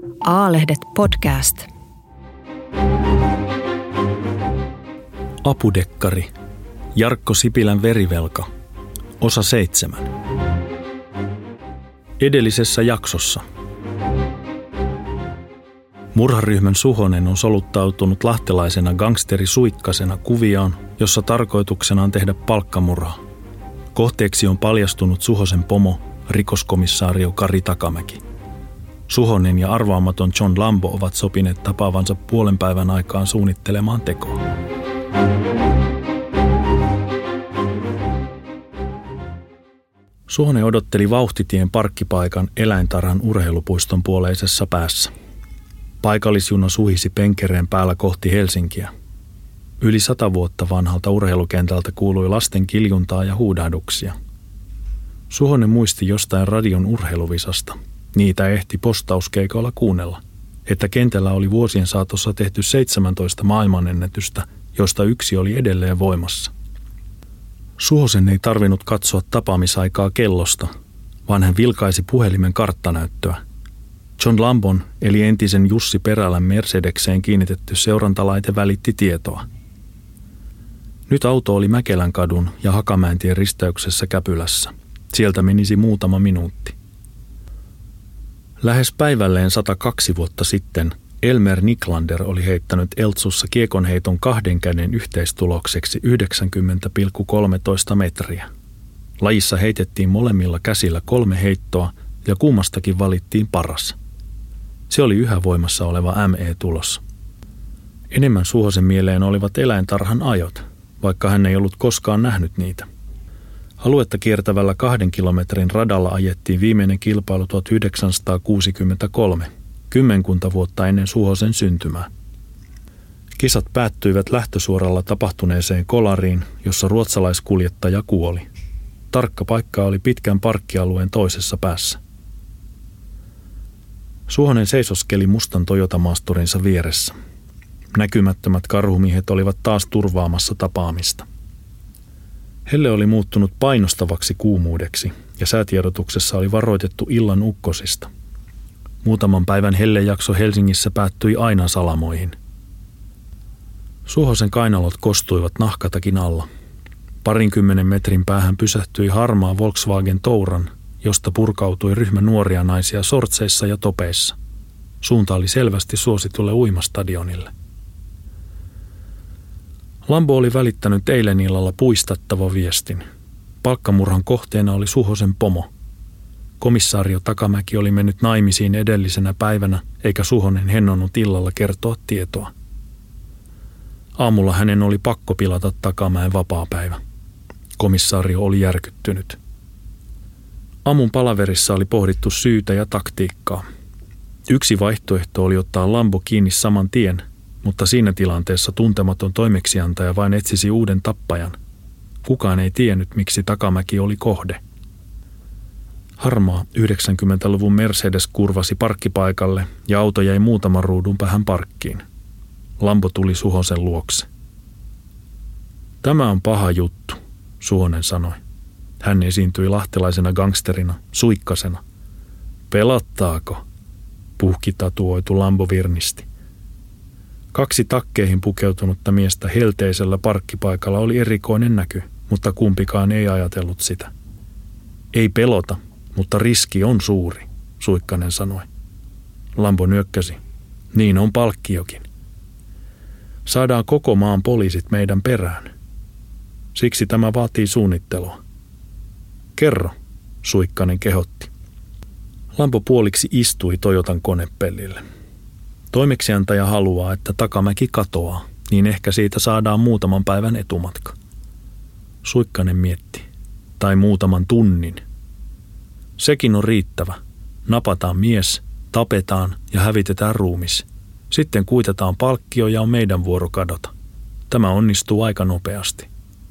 A-lehdet podcast. Apudekkari. Jarkko Sipilän verivelka. Osa 7. Edellisessä jaksossa. Murharyhmän Suhonen on soluttautunut lahtelaisena gangsteri Suikkasena kuvioon, jossa tarkoituksena on tehdä palkkamurha. Kohteeksi on paljastunut Suhosen pomo, rikoskomissaario Kari Takamäki. Suhonen ja arvaamaton John Lambo ovat sopineet tapaavansa puolen päivän aikaan suunnittelemaan tekoa. Suhonen odotteli vauhtitien parkkipaikan eläintarhan urheilupuiston puoleisessa päässä. Paikallisjuna suhisi penkereen päällä kohti Helsinkiä. Yli 100 vuotta vanhalta urheilukentältä kuului lasten kiljuntaa ja huudahduksia. Suhonen muisti jostain radion urheiluvisasta. Niitä ehti postauskeikoilla kuunnella, että kentällä oli vuosien saatossa tehty 17 maailmanennätystä, joista yksi oli edelleen voimassa. Suhosen ei tarvinnut katsoa tapaamisaikaa kellosta, vaan hän vilkaisi puhelimen karttanäyttöä. John Lambon eli entisen Jussi Perälän Mercedekseen kiinnitetty seurantalaite välitti tietoa. Nyt auto oli Mäkelänkadun ja Hakamäentien risteyksessä Käpylässä. Sieltä menisi muutama minuutti. Lähes päivälleen 102 vuotta sitten Elmer Niklander oli heittänyt Eltsussa kiekonheiton 2 käden yhteistulokseksi 90,13 metriä. Lajissa heitettiin molemmilla käsillä 3 heittoa ja kummastakin valittiin paras. Se oli yhä voimassa oleva ME-tulos. Enemmän Suhosen mieleen olivat eläintarhan ajot, vaikka hän ei ollut koskaan nähnyt niitä. Aluetta kiertävällä 2 kilometrin radalla ajettiin viimeinen kilpailu 1963, 10 vuotta ennen Suhosen syntymää. Kisat päättyivät lähtösuoralla tapahtuneeseen kolariin, jossa ruotsalaiskuljettaja kuoli. Tarkka paikka oli pitkän parkkialueen toisessa päässä. Suhonen seisoskeli mustan Toyota-maasturinsa vieressä. Näkymättömät karhumiehet olivat taas turvaamassa tapaamista. Helle oli muuttunut painostavaksi kuumuudeksi ja säätiedotuksessa oli varoitettu illan ukkosista. Muutaman päivän hellejakso Helsingissä päättyi aina salamoihin. Suhosen kainalot kostuivat nahkatakin alla. 20 metrin päähän pysähtyi harmaa Volkswagen Touran, josta purkautui ryhmä nuoria naisia sortseissa ja topeissa. Suunta oli selvästi suositulle uimastadionille. Lambo oli välittänyt eilen illalla puistattava viestin. Palkkamurhan kohteena oli Suhosen pomo. Komissaario Takamäki oli mennyt naimisiin edellisenä päivänä, eikä Suhonen hennonnut illalla kertoa tietoa. Aamulla hänen oli pakko pilata Takamäen vapaapäivä. Komissaario oli järkyttynyt. Aamun palaverissa oli pohdittu syytä ja taktiikkaa. Yksi vaihtoehto oli ottaa Lambo kiinni saman tien, mutta siinä tilanteessa tuntematon toimeksiantaja vain etsisi uuden tappajan. Kukaan ei tiennyt, miksi Takamäki oli kohde. Harmaa 90-luvun Mercedes kurvasi parkkipaikalle ja auto jäi muutaman ruudun päähän parkkiin. Lambo tuli Suhosen luokse. Tämä on paha juttu, Suhonen sanoi. Hän esiintyi lahtelaisena gangsterina, Suikkasena. Pelattaako? Puhki tatuoitu Lambo virnisti. 2 takkeihin pukeutunutta miestä helteisellä parkkipaikalla oli erikoinen näky, mutta kumpikaan ei ajatellut sitä. Ei pelota, mutta riski on suuri, Suikkanen sanoi. Lambo nyökkäsi. Niin on palkkiokin. Saadaan koko maan poliisit meidän perään. Siksi tämä vaatii suunnittelua. Kerro, Suikkanen kehotti. Lambo puoliksi istui Toyotan konepellille. Toimeksiantaja haluaa, että Takamäki katoaa, niin ehkä siitä saadaan muutaman päivän etumatka. Suikkanen mietti. Tai muutaman tunnin. Sekin on riittävä. Napataan mies, tapetaan ja hävitetään ruumis. Sitten kuitataan palkkio ja on meidän vuoro kadota. Tämä onnistuu aika nopeasti.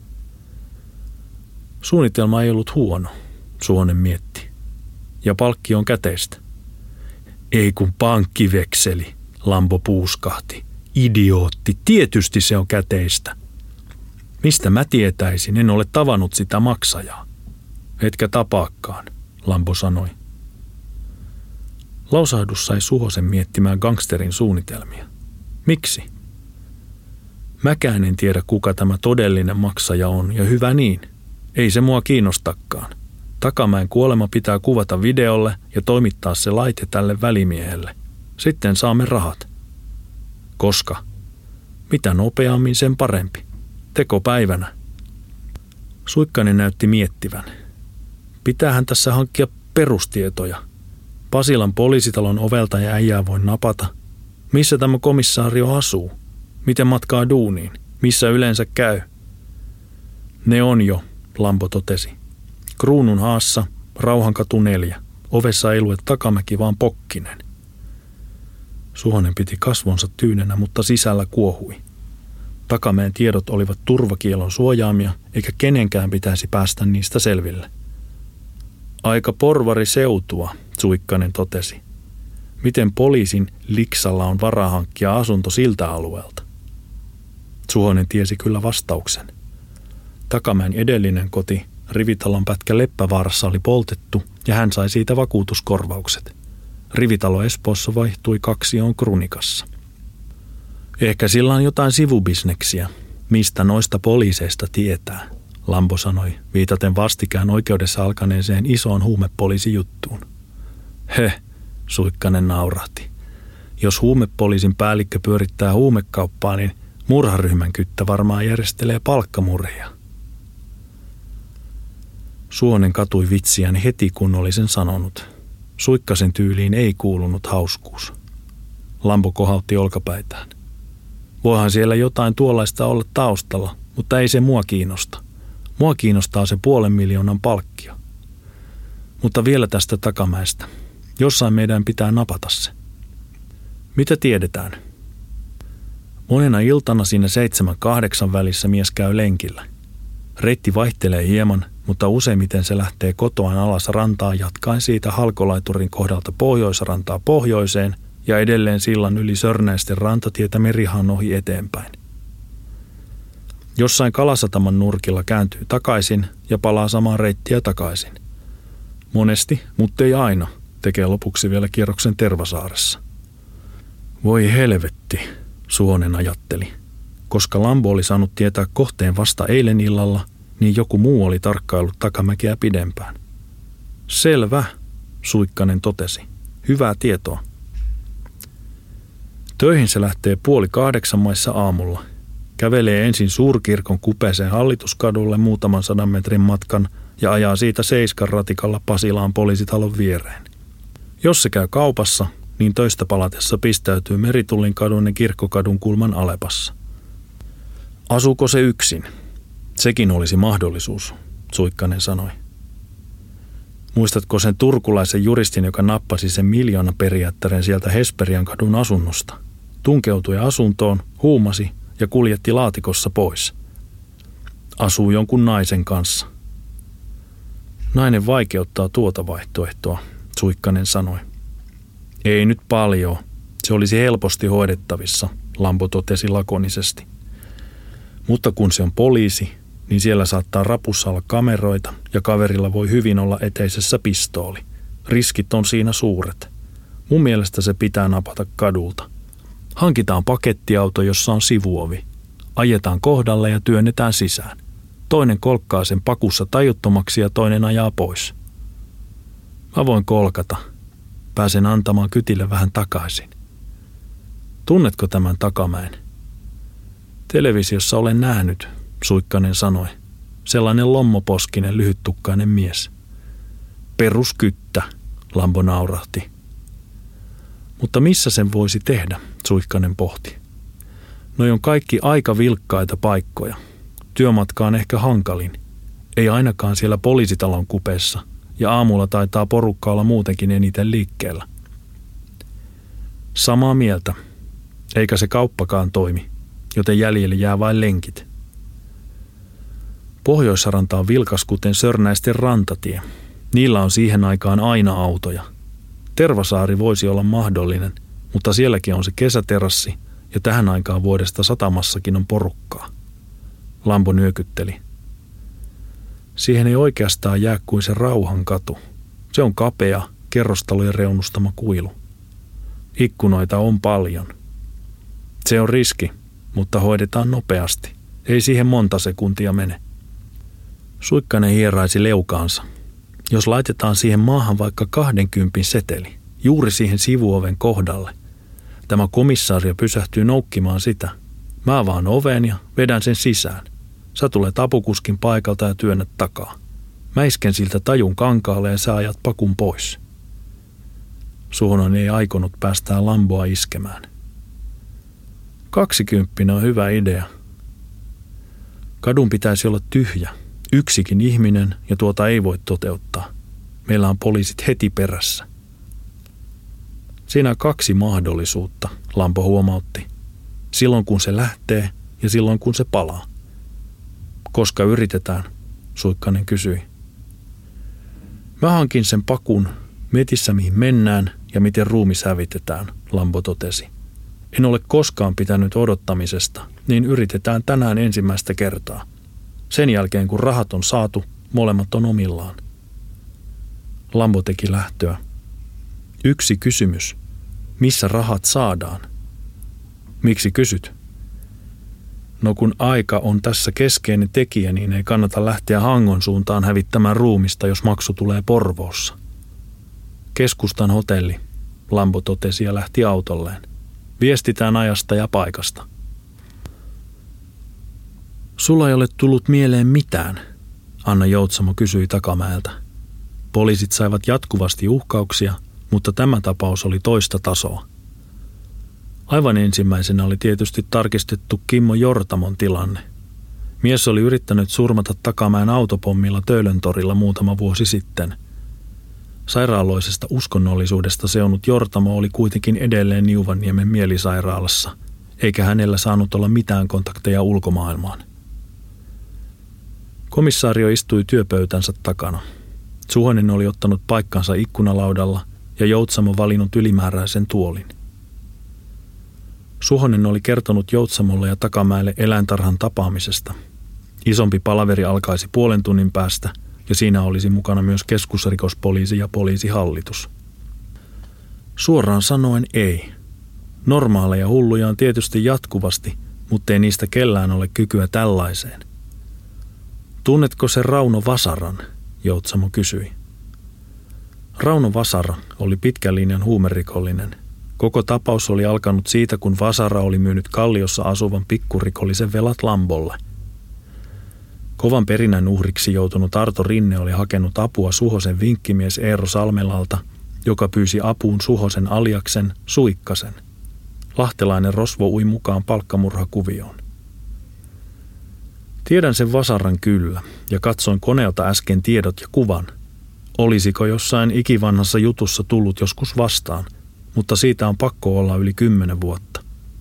Suunnitelma ei ollut huono, Suhonen mietti. Ja palkki on käteistä. Ei kun pankkivekseli, Lambo puuskahti. Idiootti, tietysti se on käteistä. Mistä mä tietäisin, en ole tavannut sitä maksajaa. Etkä tapaakaan, Lambo sanoi. Lausahdus sai Suhosen miettimään gangsterin suunnitelmia. Miksi? Mäkään en tiedä, kuka tämä todellinen maksaja on, ja hyvä niin. Ei se mua kiinnostakaan. Takamäen kuolema pitää kuvata videolle ja toimittaa se laite tälle välimiehelle. Sitten saamme rahat. Koska? Mitä nopeammin, sen parempi. Tekopäivänä. Suikkanen näytti miettivän. Pitäähän tässä hankkia perustietoja. Pasilan poliisitalon ovelta ja äijää voi napata. Missä tämä komissaario asuu? Miten matkaa duuniin? Missä yleensä käy? Ne on jo, Lambo totesi. Kruunun haassa, Rauhankatu 4. Ovessa ei lue Takamäki, vaan Pokkinen. Suhonen piti kasvonsa tyynenä, mutta sisällä kuohui. Takamäen tiedot olivat turvakielon suojaamia, eikä kenenkään pitäisi päästä niistä selville. Aika porvari seutua, Suikkanen totesi. Miten poliisin liksalla on varaa hankkia asunto siltä alueelta? Suhonen tiesi kyllä vastauksen. Takamäen edellinen koti, rivitalon pätkä Leppävaarassa, oli poltettu ja hän sai siitä vakuutuskorvaukset. Rivitalo Espoossa vaihtui 2 Krunikassa. Ehkä sillä on jotain sivubisneksiä, mistä noista poliiseista tietää, Lambo sanoi, viitaten vastikään oikeudessa alkaneeseen isoon huumepoliisijuttuun. Suikkanen naurahti. Jos huumepoliisin päällikkö pyörittää huumekauppaa, niin murharyhmän kyttä varmaan järjestelee palkkamurhia. Suhonen katui vitsiään heti, kun oli sen sanonut. Suikkasen tyyliin ei kuulunut hauskuus. Lambo kohautti olkapäitään. Voihan siellä jotain tuollaista olla taustalla, mutta ei se mua kiinnosta. Mua kiinnostaa se 500,000 palkkio. Mutta vielä tästä Takamäestä. Jossain meidän pitää napata se. Mitä tiedetään? Monena iltana siinä 7-8 välissä mies käy lenkillä. Reitti vaihtelee hieman, mutta useimmiten se lähtee kotoaan alas rantaa jatkaen siitä Halkolaiturin kohdalta Pohjoisrantaa pohjoiseen ja edelleen sillan yli Sörnäisten rantatietä Merihaan ohi eteenpäin. Jossain Kalasataman nurkilla kääntyy takaisin ja palaa samaan reittiä takaisin. Monesti, mutta ei aina, tekee lopuksi vielä kierroksen Tervasaaressa. Voi helvetti, Suhonen ajatteli. Koska Lambo oli saanut tietää kohteen vasta eilen illalla, niin joku muu oli tarkkaillut Takamäkeä pidempään. Selvä, Suikkanen totesi. Hyvää tietoa. Töihin se lähtee 7:30 maissa aamulla. Kävelee ensin Suurkirkon kupeeseen Hallituskadulle muutaman 100 metrin matkan ja ajaa siitä 7 ratikalla Pasilaan poliisitalon viereen. Jos se käy kaupassa, niin töistä palatessa pistäytyy Meritullin kadun ja Kirkkokadun kulman Alepassa. Asuuko se yksin? Sekin olisi mahdollisuus, Suikkanen sanoi. Muistatko sen turkulaisen juristin, joka nappasi sen 1 000 000 periaatterin sieltä Hesperian kadun asunnosta? Tunkeutui asuntoon, huumasi ja kuljetti laatikossa pois. Asuu jonkun naisen kanssa. Nainen vaikeuttaa tuota vaihtoehtoa, Suikkanen sanoi. Ei nyt paljon. Se olisi helposti hoidettavissa, Lambo totesi lakonisesti. Mutta kun se on poliisi, niin siellä saattaa rapussa olla kameroita ja kaverilla voi hyvin olla eteisessä pistooli. Riskit on siinä suuret. Mun mielestä se pitää napata kadulta. Hankitaan pakettiauto, jossa on sivuovi. Ajetaan kohdalle ja työnnetään sisään. Toinen kolkkaa sen pakussa tajuttomaksi ja toinen ajaa pois. Mä voin kolkata. Pääsen antamaan kytille vähän takaisin. Tunnetko tämän Takamäen? Televisiossa olen nähnyt, Suikkanen sanoi. Sellainen lommoposkinen, lyhyttukkainen mies. Peruskyttä, Lambo naurahti. Mutta missä sen voisi tehdä, Suikkanen pohti. Noi on kaikki aika vilkkaita paikkoja. Työmatka on ehkä hankalin. Ei ainakaan siellä poliisitalon kupeessa. Ja aamulla taitaa porukka olla muutenkin eniten liikkeellä. Samaa mieltä. Eikä se kauppakaan toimi, joten jäljelle jää vain lenkit. Pohjoisranta on vilkas kuten Sörnäisten rantatie. Niillä on siihen aikaan aina autoja. Tervasaari voisi olla mahdollinen, mutta sielläkin on se kesäterassi ja tähän aikaan vuodesta satamassakin on porukkaa. Lambo nyökytteli. Siihen ei oikeastaan jää kuin se Rauhankatu. Se on kapea kerrostalojen reunustama kuilu. Ikkunoita on paljon. Se on riski, mutta hoidetaan nopeasti. Ei siihen monta sekuntia mene. Suikkanen hieraisi leukaansa. Jos laitetaan siihen maahan vaikka 20 seteli, juuri siihen sivuoven kohdalle, tämä komissaario pysähtyy noukkimaan sitä. Mä avaan oven ja vedän sen sisään. Sä tulet apukuskin paikalta ja työnnät takaa. Mä isken siltä tajun kankaalle ja sä ajat pakun pois. Suhonen ei aikonut päästää Lamboa iskemään. 20 on hyvä idea. Kadun pitäisi olla tyhjä. Yksikin ihminen ja tuota ei voi toteuttaa. Meillä on poliisit heti perässä. Siinä on 2 mahdollisuutta, Lambo huomautti. Silloin kun se lähtee ja silloin kun se palaa. Koska yritetään, Suikkanen kysyi. Mä hankin sen pakun, metissä mihin mennään ja miten ruumis hävitetään, Lambo totesi. En ole koskaan pitänyt odottamisesta, niin yritetään tänään ensimmäistä kertaa. Sen jälkeen kun rahat on saatu, molemmat on omillaan. Lambo teki lähtöä. Yksi kysymys. Missä rahat saadaan? Miksi kysyt? No kun aika on tässä keskeinen tekijä, niin ei kannata lähteä Hangon suuntaan hävittämään ruumista, jos maksu tulee Porvoossa. Keskustan hotelli, Lambo totesi ja lähti autolleen. Viestitään ajasta ja paikasta. Sulla ei ole tullut mieleen mitään, Anna Joutsamo kysyi takamäeltä. Poliisit saivat jatkuvasti uhkauksia, mutta tämä tapaus oli toista tasoa. Aivan ensimmäisenä oli tietysti tarkistettu Kimmo Jortamon tilanne. Mies oli yrittänyt surmata takamäen autopommilla Töölöntorilla muutama vuosi sitten. Sairaaloisesta uskonnollisuudesta seunut Jortamo oli kuitenkin edelleen Niuvanniemen mielisairaalassa, eikä hänellä saanut olla mitään kontakteja ulkomaailmaan. Komissaario istui työpöytänsä takana. Suhonen oli ottanut paikkansa ikkunalaudalla ja Joutsamo valinnut ylimääräisen tuolin. Suhonen oli kertonut Joutsamolle ja Takamäelle eläintarhan tapaamisesta. Isompi palaveri alkaisi 0,5 tunnin päästä ja siinä olisi mukana myös keskusrikospoliisi ja poliisihallitus. Suoraan sanoen ei. Normaaleja hulluja on tietysti jatkuvasti, mutta ei niistä kellään ole kykyä tällaiseen. Tunnetko se Rauno Vasaran? Joutsamo kysyi. Rauno Vasara oli pitkän linjan huumerikollinen. Koko tapaus oli alkanut siitä, kun Vasara oli myynyt Kalliossa asuvan pikkurikollisen velat Lambolle. Kovan perinnän uhriksi joutunut Arto Rinne oli hakenut apua Suhosen vinkkimies Eero Salmelalta, joka pyysi apuun Suhosen aliaksen Suikkasen. Lahtelainen rosvo ui mukaan palkkamurhakuvioon. Tiedän sen Vasaran kyllä, ja katsoin koneelta äsken tiedot ja kuvan. Olisiko jossain ikivanhassa jutussa tullut joskus vastaan, mutta siitä on pakko olla yli 10 vuotta.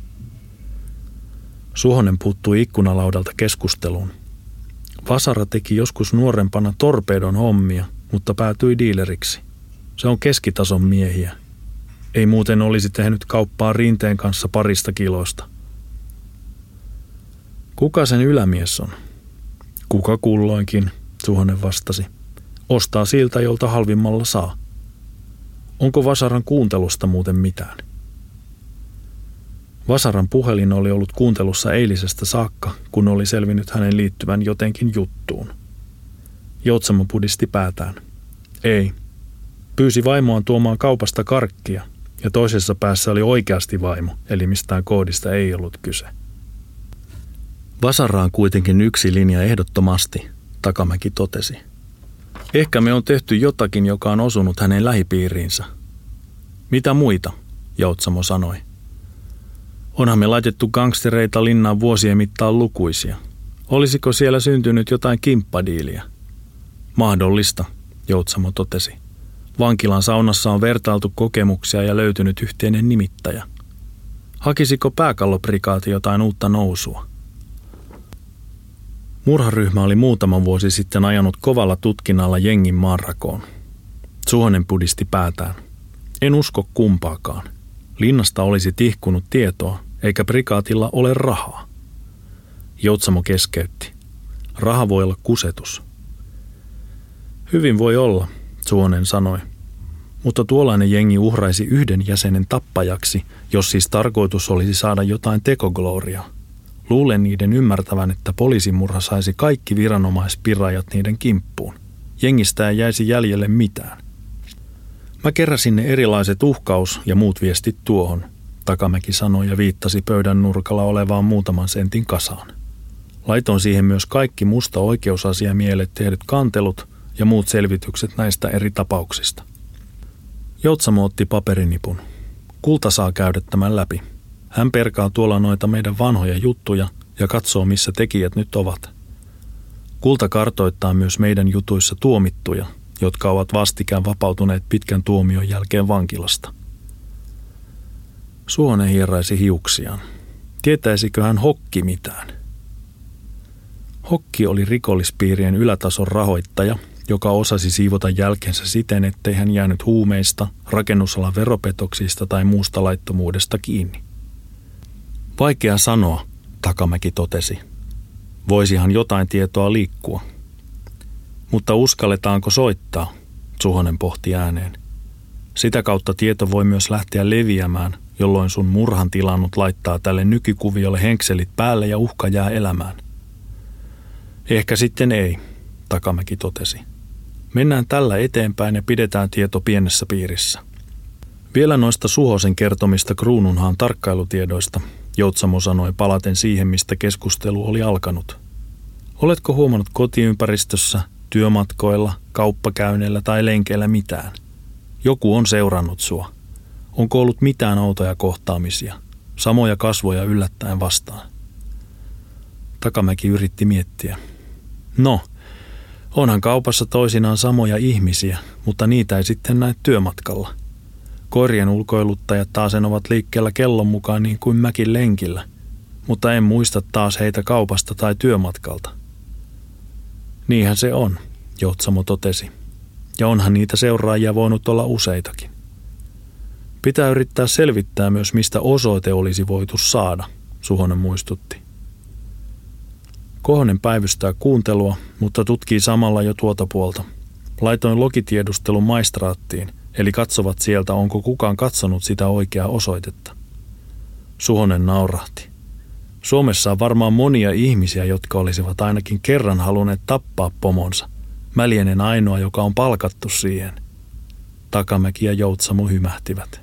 Suhonen puuttui ikkunalaudalta keskusteluun. Vasara teki joskus nuorempana torpedon hommia, mutta päätyi diileriksi. Se on keskitason miehiä. Ei muuten olisi tehnyt kauppaa Rinteen kanssa 2 kiloista. Kuka sen ylämies on? Kuka kulloinkin, Suhonen vastasi. Ostaa siltä, jolta halvimmalla saa. Onko Vasaran kuuntelusta muuten mitään? Vasaran puhelin oli ollut kuuntelussa eilisestä saakka, kun oli selvinnyt hänen liittyvän jotenkin juttuun. Joutsamo pudisti päätään. Ei. Pyysi vaimoaan tuomaan kaupasta karkkia, ja toisessa päässä oli oikeasti vaimo, eli mistään koodista ei ollut kyse. Vasaraan kuitenkin yksi linja ehdottomasti, Takamäki totesi. Ehkä me on tehty jotakin, joka on osunut hänen lähipiiriinsä. Mitä muita, Joutsamo sanoi. Onhan me laitettu gangstereita linnaan vuosien mittaan lukuisia. Olisiko siellä syntynyt jotain kimppadiiliä? Mahdollista, Joutsamo totesi. Vankilan saunassa on vertailtu kokemuksia ja löytynyt yhteinen nimittäjä. Hakisiko pääkalloprikaati jotain uutta nousua? Murharyhmä oli muutama vuosi sitten ajanut kovalla tutkinnalla jengin maanrakoon. Suhonen pudisti päätään. En usko kumpaakaan. Linnasta olisi tihkunut tietoa, eikä prikaatilla ole rahaa. Joutsamo keskeytti. Raha voi olla kusetus. Hyvin voi olla, Suhonen sanoi. Mutta tuollainen jengi uhraisi yhden jäsenen tappajaksi, jos siis tarkoitus olisi saada jotain tekogloriaa. Luulen niiden ymmärtävän, että poliisimurha saisi kaikki viranomaispirajat niiden kimppuun. Jengistä ei jäisi jäljelle mitään. Mä keräsin ne erilaiset uhkaus- ja muut viestit tuohon, Takamäki sanoi ja viittasi pöydän nurkalla olevaan muutaman sentin kasaan. Laitoin siihen myös kaikki musta oikeusasiamiehelle tehdyt kantelut ja muut selvitykset näistä eri tapauksista. Joutsamo otti paperinipun. Kulta saa käydä tämän läpi. Hän perkaa tuolla noita meidän vanhoja juttuja ja katsoo, missä tekijät nyt ovat. Kulta kartoittaa myös meidän jutuissa tuomittuja, jotka ovat vastikään vapautuneet pitkän tuomion jälkeen vankilasta. Suhonen hieraisi hiuksiaan. Tietäisikö hän Hokki mitään? Hokki oli rikollispiirien ylätason rahoittaja, joka osasi siivota jälkensä siten, ettei hän jäänyt huumeista, rakennusalan veropetoksista tai muusta laittomuudesta kiinni. Vaikea sanoa, Takamäki totesi. Voisihan jotain tietoa liikkua. Mutta uskalletaanko soittaa, Suhonen pohti ääneen. Sitä kautta tieto voi myös lähteä leviämään, jolloin sun murhan tilannut laittaa tälle nykykuviolle henkselit päälle ja uhka jää elämään. Ehkä sitten ei, Takamäki totesi. Mennään tällä eteenpäin ja pidetään tieto pienessä piirissä. Vielä noista Suhosen kertomista Kruununhaan tarkkailutiedoista, Joutsamo sanoi palaten siihen, mistä keskustelu oli alkanut. Oletko huomannut kotiympäristössä, työmatkoilla, kauppakäynneillä tai lenkeillä mitään? Joku on seurannut sua. Onko ollut mitään outoja kohtaamisia? Samoja kasvoja yllättäen vastaan. Takamäki yritti miettiä. No, onhan kaupassa toisinaan samoja ihmisiä, mutta niitä ei sitten näe työmatkalla. Koirien ulkoiluttajat taasen ovat liikkeellä kellon mukaan niin kuin mäkin lenkillä, mutta en muista taas heitä kaupasta tai työmatkalta. Niinhän se on, Joutsamo totesi. Ja onhan niitä seuraajia voinut olla useitakin. Pitää yrittää selvittää myös, mistä osoite olisi voitu saada, Suhonen muistutti. Kohonen päivystää kuuntelua, mutta tutkii samalla jo tuota puolta. Laitoin lokitiedustelun maistraattiin, eli katsovat sieltä, onko kukaan katsonut sitä oikeaa osoitetta. Suhonen naurahti. Suomessa on varmaan monia ihmisiä, jotka olisivat ainakin kerran halunneet tappaa pomonsa. Mä lienen ainoa, joka on palkattu siihen. Takamäki ja Joutsamo hymähtivät.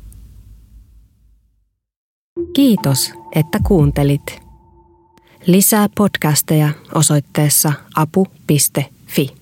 Kiitos, että kuuntelit. Lisää podcasteja osoitteessa apu.fi.